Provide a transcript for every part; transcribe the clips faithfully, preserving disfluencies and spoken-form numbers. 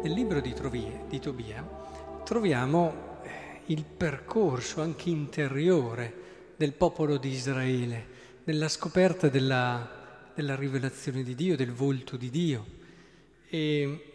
Nel libro di, Trovie, di Tobia troviamo il percorso anche interiore del popolo di Israele, nella scoperta della, della rivelazione di Dio, del volto di Dio. E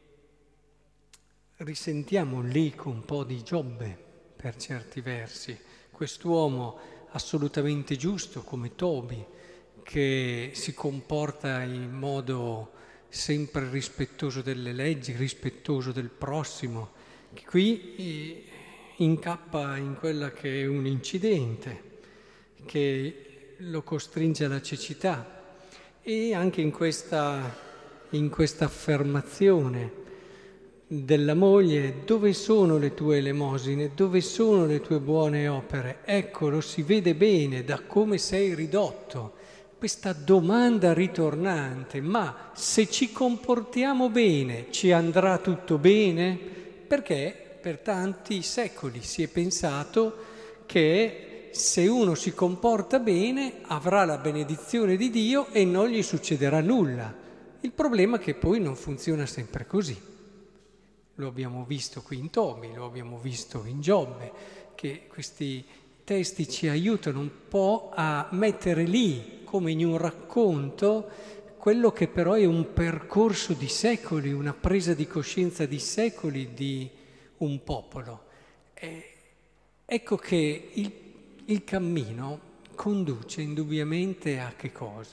risentiamo lì con un po' di Giobbe, per certi versi, quest'uomo assolutamente giusto come Tobi, che si comporta in modo sempre rispettoso delle leggi, rispettoso del prossimo, che qui incappa in quella che è un incidente che lo costringe alla cecità, e anche in questa, in questa affermazione della moglie: dove sono le tue elemosine, dove sono le tue buone opere? Eccolo, si vede bene da come sei ridotto. Questa domanda ritornante: ma se ci comportiamo bene ci andrà tutto bene? Perché per tanti secoli si è pensato che se uno si comporta bene avrà la benedizione di Dio e non gli succederà nulla. Il problema è che poi non funziona sempre così. Lo abbiamo visto qui in Tobi, lo abbiamo visto in Giobbe, che questi testi ci aiutano un po' a mettere lì, come in un racconto, quello che però è un percorso di secoli, una presa di coscienza di secoli di un popolo. E ecco che il, il cammino conduce indubbiamente a che cosa?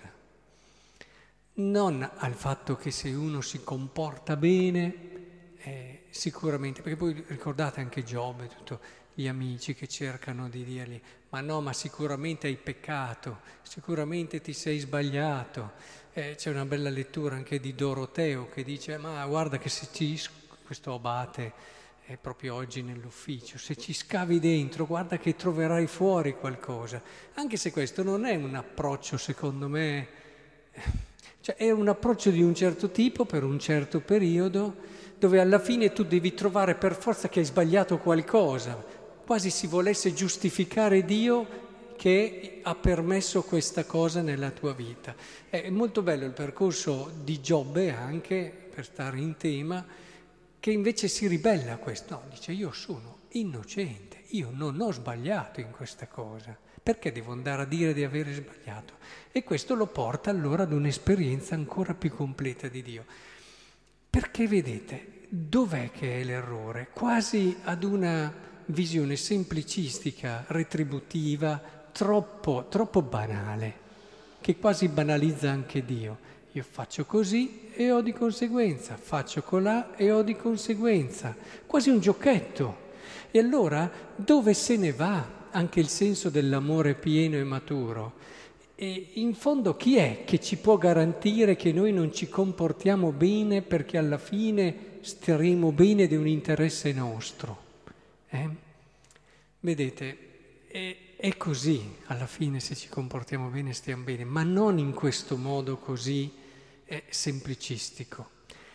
Non al fatto che se uno si comporta bene, eh, sicuramente, perché poi ricordate anche Giobbe, tutti gli amici che cercano di dirgli: ma no, ma sicuramente hai peccato, sicuramente ti sei sbagliato. Eh, c'è una bella lettura anche di Doroteo che dice: ma guarda che se ci, questo abate è proprio oggi nell'ufficio, se ci scavi dentro guarda che troverai fuori qualcosa. Anche se questo non è un approccio, secondo me, cioè è un approccio di un certo tipo per un certo periodo, dove alla fine tu devi trovare per forza che hai sbagliato qualcosa, quasi si volesse giustificare Dio che ha permesso questa cosa nella tua vita. È molto bello il percorso di Giobbe, anche per stare in tema, che invece si ribella a questo. No, dice: io sono innocente, io non ho sbagliato in questa cosa, perché devo andare a dire di avere sbagliato? E questo lo porta allora ad un'esperienza ancora più completa di Dio. Perché vedete, dov'è che è l'errore? Quasi ad una visione semplicistica, retributiva, troppo, troppo banale, che quasi banalizza anche Dio. Io faccio così e ho di conseguenza, faccio colà e ho di conseguenza, quasi un giochetto. E allora dove se ne va anche il senso dell'amore pieno e maturo? E in fondo chi è che ci può garantire che noi non ci comportiamo bene perché alla fine staremo bene ed è un interesse nostro? Eh? Vedete, è, è così, alla fine se ci comportiamo bene stiamo bene, ma non in questo modo così eh, semplicistico.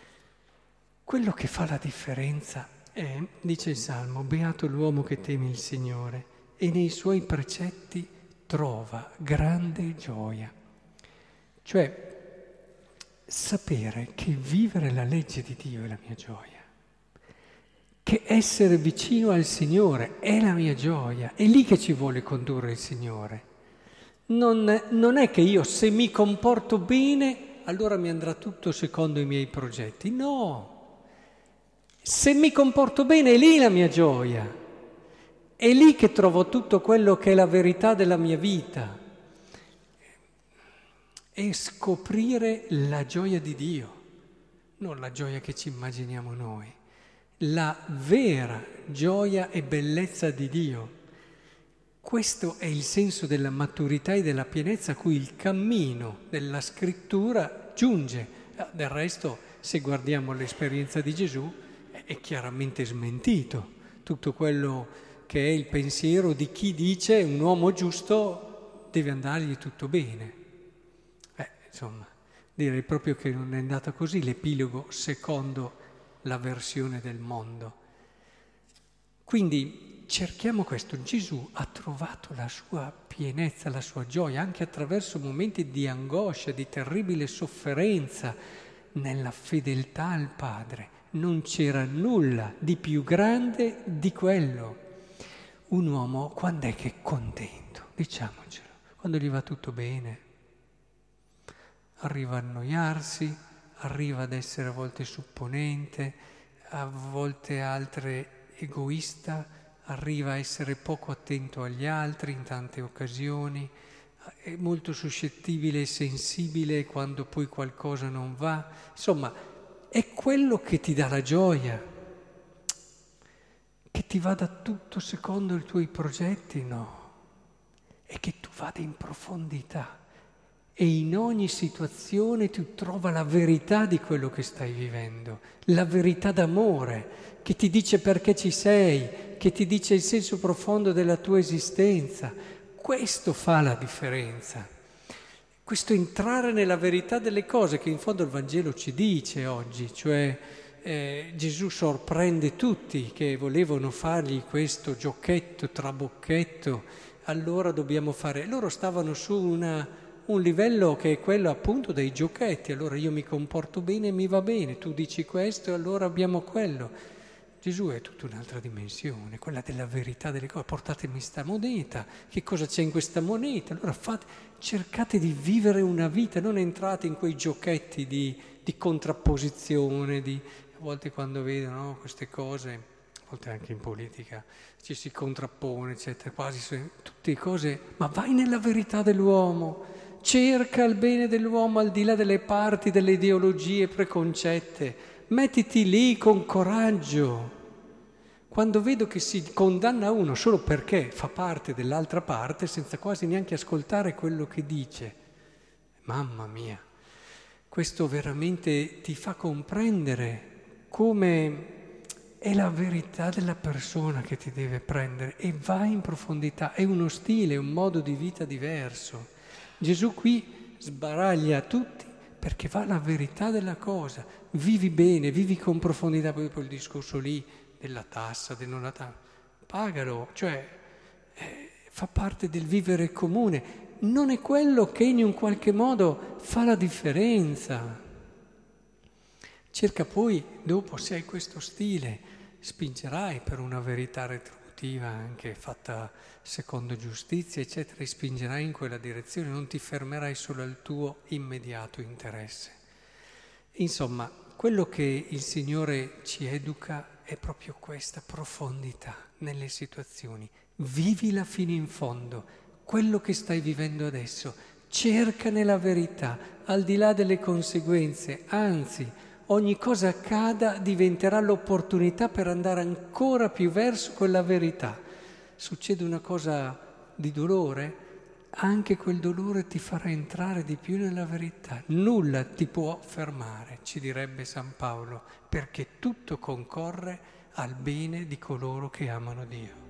Quello che fa la differenza è, dice il Salmo: beato l'uomo che teme il Signore e nei suoi precetti trova grande gioia. Cioè, sapere che vivere la legge di Dio è la mia gioia, che essere vicino al Signore è la mia gioia, è lì che ci vuole condurre il Signore. Non, non è che io, se mi comporto bene, allora mi andrà tutto secondo i miei progetti. No, se mi comporto bene è lì la mia gioia, è lì che trovo tutto quello che è la verità della mia vita. E scoprire la gioia di Dio, non la gioia che ci immaginiamo noi. La vera gioia e bellezza di Dio. Questo è il senso della maturità e della pienezza a cui il cammino della scrittura giunge. Del resto, se guardiamo l'esperienza di Gesù, è chiaramente smentito tutto quello che è il pensiero di chi dice un uomo giusto deve andargli tutto bene. Eh, insomma, direi proprio che non è andata così l'epilogo secondo la versione del mondo. Quindi cerchiamo questo. Gesù ha trovato la sua pienezza, la sua gioia, anche attraverso momenti di angoscia, di terribile sofferenza, nella fedeltà al Padre. Non c'era nulla di più grande di quello. Un uomo quando è che è contento? Diciamocelo, quando gli va tutto bene. Arriva a annoiarsi, arriva ad essere a volte supponente, a volte altre egoista, arriva a essere poco attento agli altri in tante occasioni, è molto suscettibile e sensibile quando poi qualcosa non va. Insomma, è quello che ti dà la gioia. Che ti vada tutto secondo i tuoi progetti, no. È che tu vada in profondità e in ogni situazione tu trova la verità di quello che stai vivendo, la verità d'amore che ti dice perché ci sei, che ti dice il senso profondo della tua esistenza. Questo fa la differenza, questo entrare nella verità delle cose che in fondo il Vangelo ci dice oggi, cioè eh, Gesù sorprende tutti che volevano fargli questo giochetto, trabocchetto, allora dobbiamo fare. Loro stavano su una, un livello che è quello appunto dei giochetti, allora io mi comporto bene e mi va bene, tu dici questo e allora abbiamo quello. Gesù è tutta un'altra dimensione, quella della verità delle cose. Portatemi sta moneta, che cosa c'è in questa moneta? Allora fate, cercate di vivere una vita, non entrate in quei giochetti di, di contrapposizione, di, a volte quando vedono no, queste cose, a volte anche in politica, ci si contrappone, eccetera, quasi tutte cose, ma vai nella verità dell'uomo, cerca il bene dell'uomo al di là delle parti, delle ideologie preconcette. Mettiti lì con coraggio. Quando vedo che si condanna uno solo perché fa parte dell'altra parte, senza quasi neanche ascoltare quello che dice, mamma mia, questo veramente ti fa comprendere come è la verità della persona che ti deve prendere e vai in profondità. È uno stile, un modo di vita diverso. Gesù qui sbaraglia tutti perché va alla verità della cosa. Vivi bene, vivi con profondità, poi poi il discorso lì della tassa, del non la tassa, pagalo, cioè eh, fa parte del vivere comune, non è quello che in un qualche modo fa la differenza. Cerca poi, dopo, se hai questo stile, spingerai per una verità retributiva anche fatta secondo giustizia, eccetera, e spingerai in quella direzione, non ti fermerai solo al tuo immediato interesse. Insomma, quello che il Signore ci educa è proprio questa profondità nelle situazioni. Vivila fino in fondo, quello che stai vivendo adesso. Cerca nella verità, al di là delle conseguenze, anzi, ogni cosa accada diventerà l'opportunità per andare ancora più verso quella verità. Succede una cosa di dolore, anche quel dolore ti farà entrare di più nella verità. Nulla ti può fermare, ci direbbe San Paolo, perché tutto concorre al bene di coloro che amano Dio.